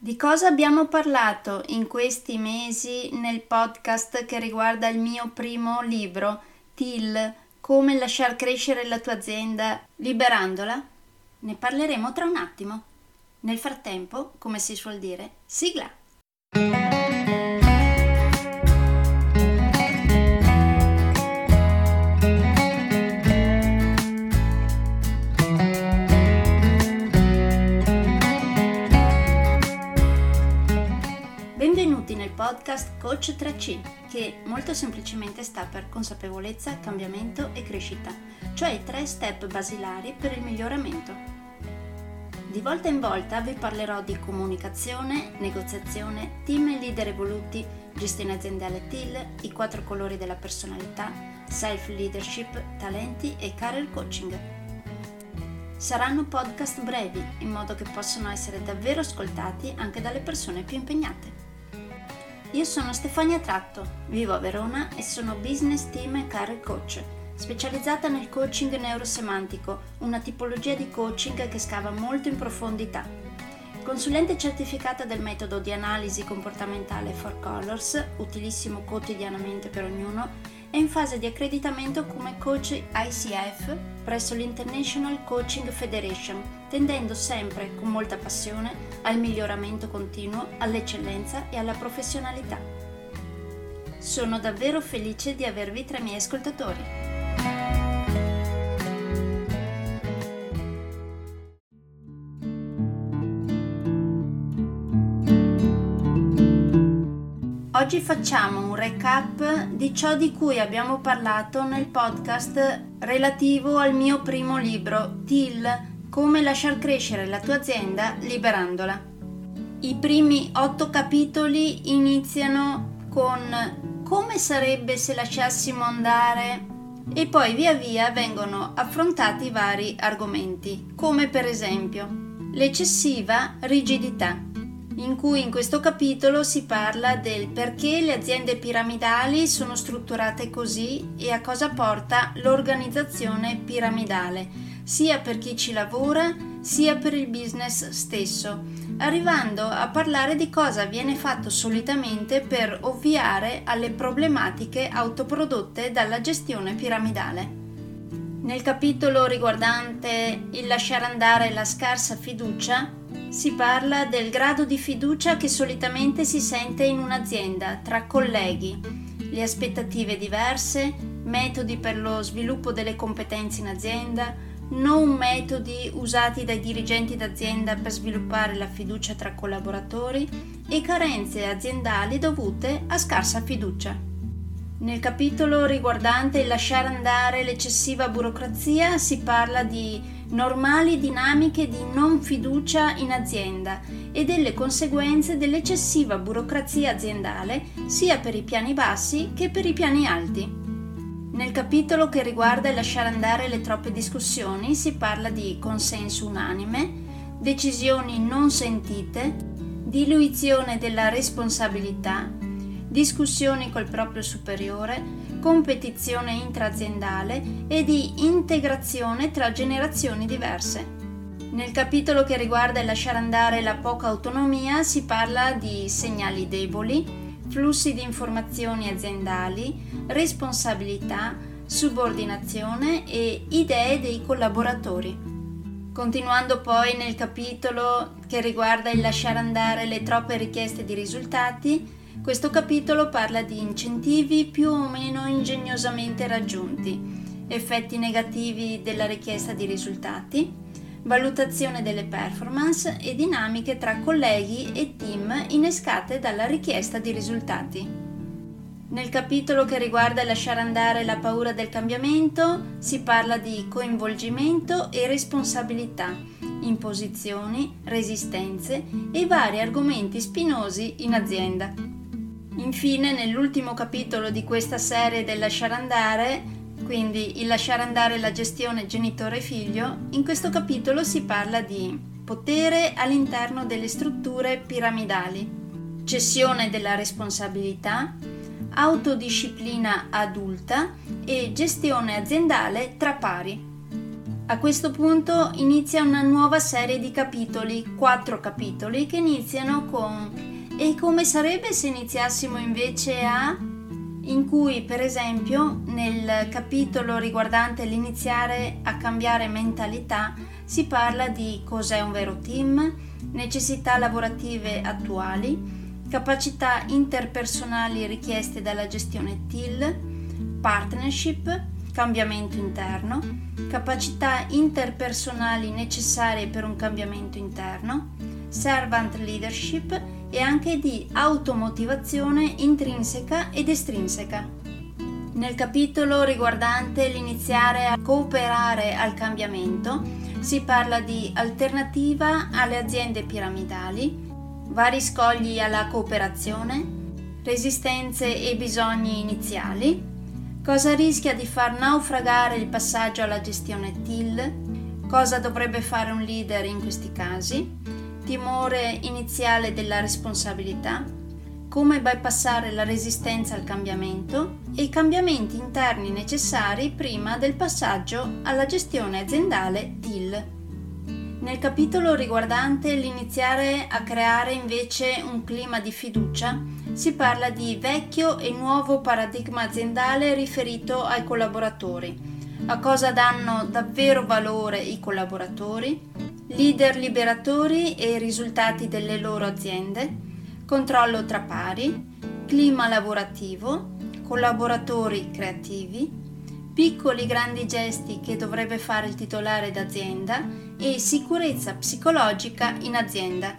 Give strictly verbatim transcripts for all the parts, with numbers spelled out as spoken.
Di cosa abbiamo parlato in questi mesi nel podcast che riguarda il mio primo libro, T I L, come lasciar crescere la tua azienda liberandola? Ne parleremo tra un attimo. Nel frattempo, come si suol dire, sigla! Benvenuti nel podcast Coach tre C, che molto semplicemente sta per consapevolezza, cambiamento e crescita, cioè i tre step basilari per il miglioramento. Di volta in volta vi parlerò di comunicazione, negoziazione, team e leader evoluti, gestione aziendale T I L, i quattro colori della personalità, self-leadership, talenti e career coaching. Saranno podcast brevi, in modo che possano essere davvero ascoltati anche dalle persone più impegnate. Io sono Stefania Tratto, vivo a Verona e sono business team e career coach, specializzata nel coaching neurosemantico, una tipologia di coaching che scava molto in profondità. Consulente certificata del metodo di analisi comportamentale Four Colors, utilissimo quotidianamente per ognuno, è in fase di accreditamento come coach I C F presso l'International Coaching Federation, tendendo sempre con molta passione al miglioramento continuo, all'eccellenza e alla professionalità. Sono davvero felice di avervi tra i miei ascoltatori. Oggi facciamo un recap di ciò di cui abbiamo parlato nel podcast relativo al mio primo libro, T I L, come lasciar crescere la tua azienda liberandola. I primi otto capitoli iniziano con come sarebbe se lasciassimo andare e poi via via vengono affrontati vari argomenti, come per esempio l'eccessiva rigidità, in cui in questo capitolo si parla del perché le aziende piramidali sono strutturate così e a cosa porta l'organizzazione piramidale, sia per chi ci lavora sia per il business stesso, arrivando a parlare di cosa viene fatto solitamente per ovviare alle problematiche autoprodotte dalla gestione piramidale. Nel capitolo riguardante il lasciare andare la scarsa fiducia si parla del grado di fiducia che solitamente si sente in un'azienda tra colleghi, le aspettative diverse, metodi per lo sviluppo delle competenze in azienda, non metodi usati dai dirigenti d'azienda per sviluppare la fiducia tra collaboratori e carenze aziendali dovute a scarsa fiducia. Nel capitolo riguardante il lasciare andare l'eccessiva burocrazia si parla di normali dinamiche di non fiducia in azienda e delle conseguenze dell'eccessiva burocrazia aziendale sia per i piani bassi che per i piani alti. Nel capitolo che riguarda il lasciare andare le troppe discussioni si parla di consenso unanime, decisioni non sentite, diluizione della responsabilità, discussioni col proprio superiore, competizione intraaziendale e di integrazione tra generazioni diverse. Nel capitolo che riguarda il lasciare andare la poca autonomia si parla di segnali deboli, flussi di informazioni aziendali, responsabilità, subordinazione e idee dei collaboratori. Continuando poi nel capitolo che riguarda il lasciare andare le troppe richieste di risultati, questo capitolo parla di incentivi più o meno ingegnosamente raggiunti, effetti negativi della richiesta di risultati, valutazione delle performance e dinamiche tra colleghi e team innescate dalla richiesta di risultati. Nel capitolo che riguarda il lasciare andare la paura del cambiamento si parla di coinvolgimento e responsabilità, imposizioni, resistenze e vari argomenti spinosi in azienda. Infine, nell'ultimo capitolo di questa serie del lasciare andare, quindi il lasciare andare la gestione genitore-figlio, in questo capitolo si parla di potere all'interno delle strutture piramidali, cessione della responsabilità, autodisciplina adulta e gestione aziendale tra pari. A questo punto inizia una nuova serie di capitoli, quattro capitoli che iniziano con "E come sarebbe se iniziassimo invece a..." in cui, per esempio, nel capitolo riguardante l'iniziare a cambiare mentalità si parla di cos'è un vero team, necessità lavorative attuali, capacità interpersonali richieste dalla gestione T I L, partnership, cambiamento interno, capacità interpersonali necessarie per un cambiamento interno, servant leadership e anche di automotivazione intrinseca ed estrinseca. Nel capitolo riguardante l'iniziare a cooperare al cambiamento si parla di alternativa alle aziende piramidali, vari scogli alla cooperazione, resistenze e bisogni iniziali, cosa rischia di far naufragare il passaggio alla gestione T I L, cosa dovrebbe fare un leader in questi casi, timore iniziale della responsabilità, come bypassare la resistenza al cambiamento e i cambiamenti interni necessari prima del passaggio alla gestione aziendale T I L. Nel capitolo riguardante l'iniziare a creare invece un clima di fiducia si parla di vecchio e nuovo paradigma aziendale riferito ai collaboratori, a cosa danno davvero valore i collaboratori, leader liberatori e i risultati delle loro aziende, controllo tra pari, clima lavorativo, collaboratori creativi, piccoli grandi gesti che dovrebbe fare il titolare d'azienda e sicurezza psicologica in azienda.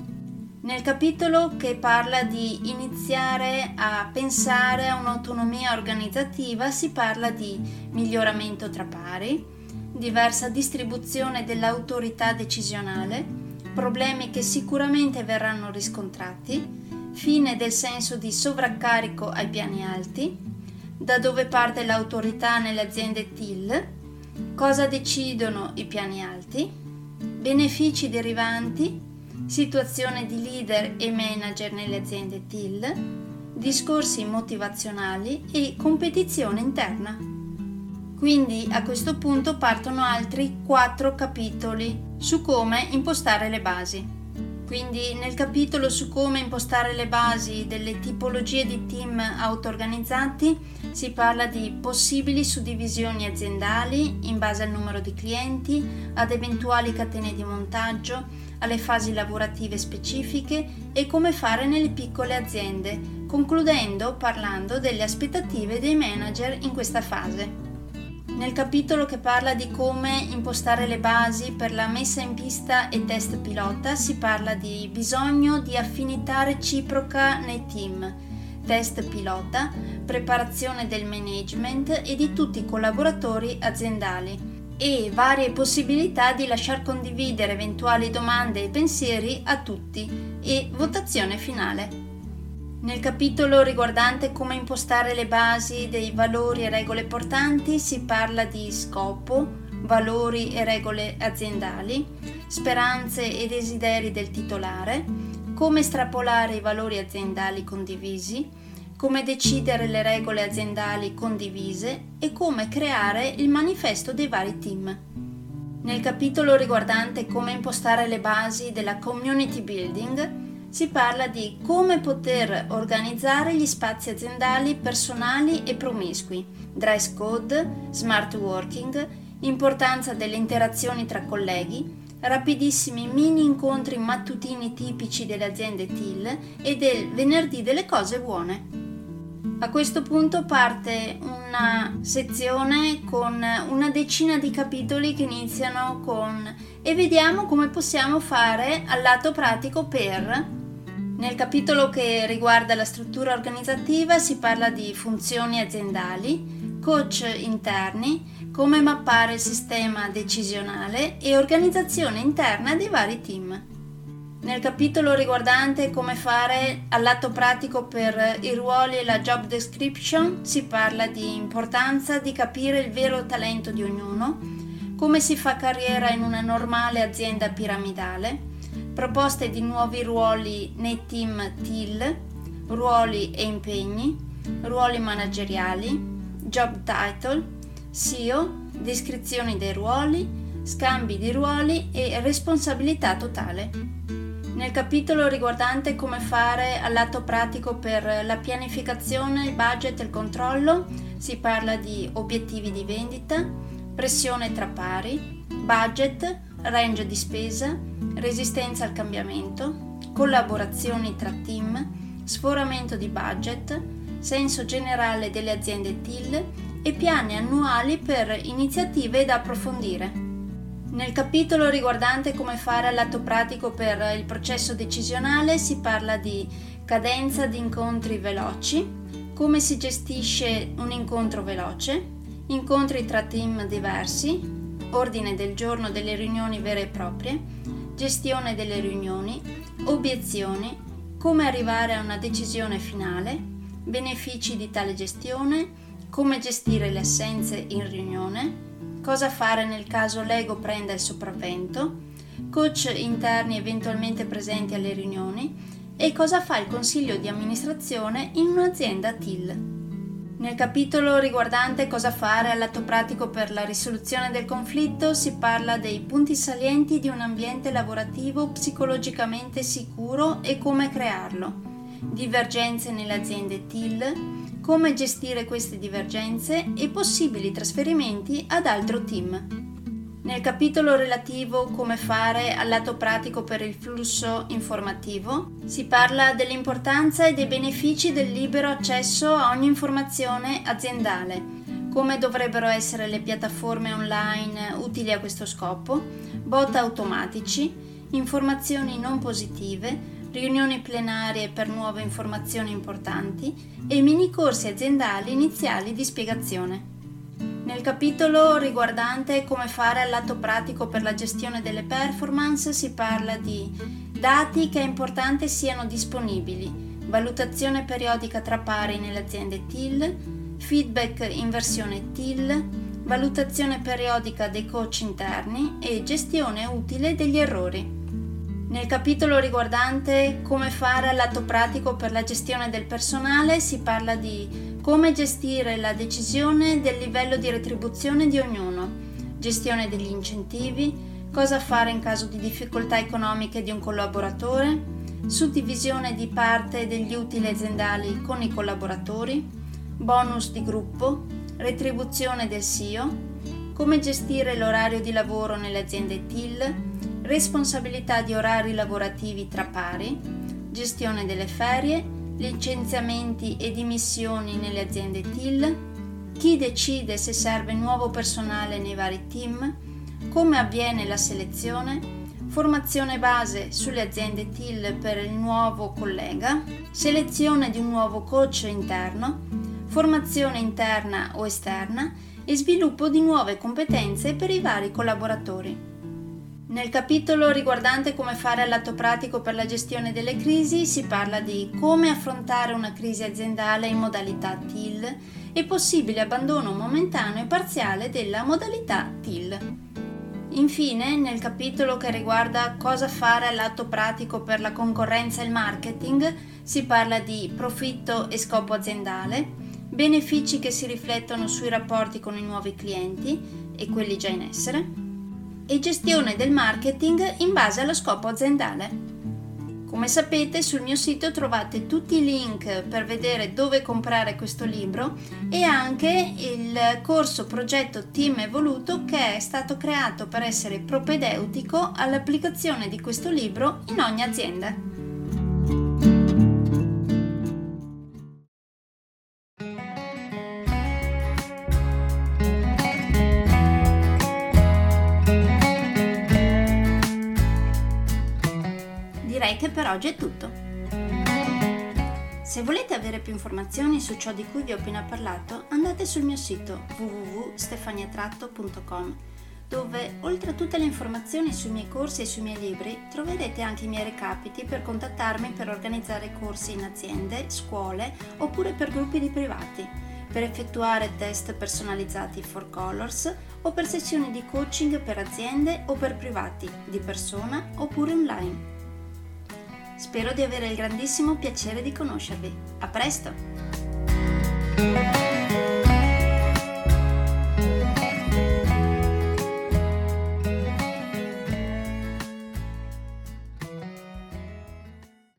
Nel capitolo che parla di iniziare a pensare a un'autonomia organizzativa si parla di miglioramento tra pari, diversa distribuzione dell'autorità decisionale, problemi che sicuramente verranno riscontrati, fine del senso di sovraccarico ai piani alti, da dove parte l'autorità nelle aziende T I L, cosa decidono i piani alti, benefici derivanti, situazione di leader e manager nelle aziende T I L, discorsi motivazionali e competizione interna. Quindi a questo punto partono altri quattro capitoli su come impostare le basi. Quindi nel capitolo su come impostare le basi delle tipologie di team auto-organizzati si parla di possibili suddivisioni aziendali in base al numero di clienti, ad eventuali catene di montaggio, alle fasi lavorative specifiche e come fare nelle piccole aziende, concludendo parlando delle aspettative dei manager in questa fase. Nel capitolo che parla di come impostare le basi per la messa in pista e test pilota si parla di bisogno di affinità reciproca nei team, test pilota, preparazione del management e di tutti i collaboratori aziendali e varie possibilità di lasciar condividere eventuali domande e pensieri a tutti e votazione finale. Nel capitolo riguardante come impostare le basi dei valori e regole portanti si parla di scopo, valori e regole aziendali, speranze e desideri del titolare, come estrapolare i valori aziendali condivisi, come decidere le regole aziendali condivise e come creare il manifesto dei vari team. Nel capitolo riguardante come impostare le basi della community building si parla di come poter organizzare gli spazi aziendali personali e promiscui, dress code, smart working, importanza delle interazioni tra colleghi, rapidissimi mini incontri mattutini tipici delle aziende T I L e del venerdì delle cose buone. A questo punto parte una sezione con una decina di capitoli che iniziano con "e vediamo come possiamo fare al lato pratico per..." Nel capitolo che riguarda la struttura organizzativa si parla di funzioni aziendali, coach interni, come mappare il sistema decisionale e organizzazione interna dei vari team. Nel capitolo riguardante come fare al lato pratico per i ruoli e la job description si parla di importanza di capire il vero talento di ognuno, come si fa carriera in una normale azienda piramidale, proposte di nuovi ruoli nei team T I L, ruoli e impegni, ruoli manageriali, job title, S E O, descrizioni dei ruoli, scambi di ruoli e responsabilità totale. Nel capitolo riguardante come fare all'atto pratico per la pianificazione, il budget e il controllo, si parla di obiettivi di vendita, pressione tra pari, budget, range di spesa, resistenza al cambiamento, collaborazioni tra team, sforamento di budget, senso generale delle aziende T I L e piani annuali per iniziative da approfondire. Nel capitolo riguardante come fare all'atto pratico per il processo decisionale si parla di cadenza di incontri veloci, come si gestisce un incontro veloce, incontri tra team diversi, ordine del giorno delle riunioni vere e proprie, gestione delle riunioni, obiezioni, come arrivare a una decisione finale, benefici di tale gestione, come gestire le assenze in riunione, cosa fare nel caso l'ego prenda il sopravvento, coach interni eventualmente presenti alle riunioni e cosa fa il consiglio di amministrazione in un'azienda T I L. Nel capitolo riguardante cosa fare all'atto pratico per la risoluzione del conflitto si parla dei punti salienti di un ambiente lavorativo psicologicamente sicuro e come crearlo, divergenze nelle aziende T I L, come gestire queste divergenze e possibili trasferimenti ad altro team. Nel capitolo relativo come fare all'atto pratico per il flusso informativo si parla dell'importanza e dei benefici del libero accesso a ogni informazione aziendale, come dovrebbero essere le piattaforme online utili a questo scopo, bot automatici, informazioni non positive, riunioni plenarie per nuove informazioni importanti e mini corsi aziendali iniziali di spiegazione. Nel capitolo riguardante come fare all'atto pratico per la gestione delle performance si parla di dati che è importante siano disponibili, valutazione periodica tra pari nelle aziende T I L, feedback in versione T I L, valutazione periodica dei coach interni e gestione utile degli errori. Nel capitolo riguardante come fare all'atto pratico per la gestione del personale si parla di come gestire la decisione del livello di retribuzione di ognuno, gestione degli incentivi, cosa fare in caso di difficoltà economiche di un collaboratore, suddivisione di parte degli utili aziendali con i collaboratori, bonus di gruppo, retribuzione del S I O, come gestire l'orario di lavoro nelle aziende T I L, responsabilità di orari lavorativi tra pari, gestione delle ferie, licenziamenti e dimissioni nelle aziende T I L, chi decide se serve nuovo personale nei vari team, come avviene la selezione, formazione base sulle aziende T I L per il nuovo collega, selezione di un nuovo coach interno, formazione interna o esterna e sviluppo di nuove competenze per i vari collaboratori. Nel capitolo riguardante come fare all'atto pratico per la gestione delle crisi si parla di come affrontare una crisi aziendale in modalità T I L e possibile abbandono momentaneo e parziale della modalità T I L. Infine, nel capitolo che riguarda cosa fare all'atto pratico per la concorrenza e il marketing si parla di profitto e scopo aziendale, benefici che si riflettono sui rapporti con i nuovi clienti e quelli già in essere, e gestione del marketing in base allo scopo aziendale. Come sapete, sul mio sito trovate tutti i link per vedere dove comprare questo libro e anche il corso progetto Team Evoluto che è stato creato per essere propedeutico all'applicazione di questo libro in ogni azienda. Direi che per oggi è tutto. Se volete avere più informazioni su ciò di cui vi ho appena parlato, andate sul mio sito w w w punto stefania tratto punto com, dove oltre a tutte le informazioni sui miei corsi e sui miei libri troverete anche i miei recapiti per contattarmi per organizzare corsi in aziende, scuole oppure per gruppi di privati, per effettuare test personalizzati for colors o per sessioni di coaching per aziende o per privati, di persona oppure online. Spero di avere il grandissimo piacere di conoscervi. A presto!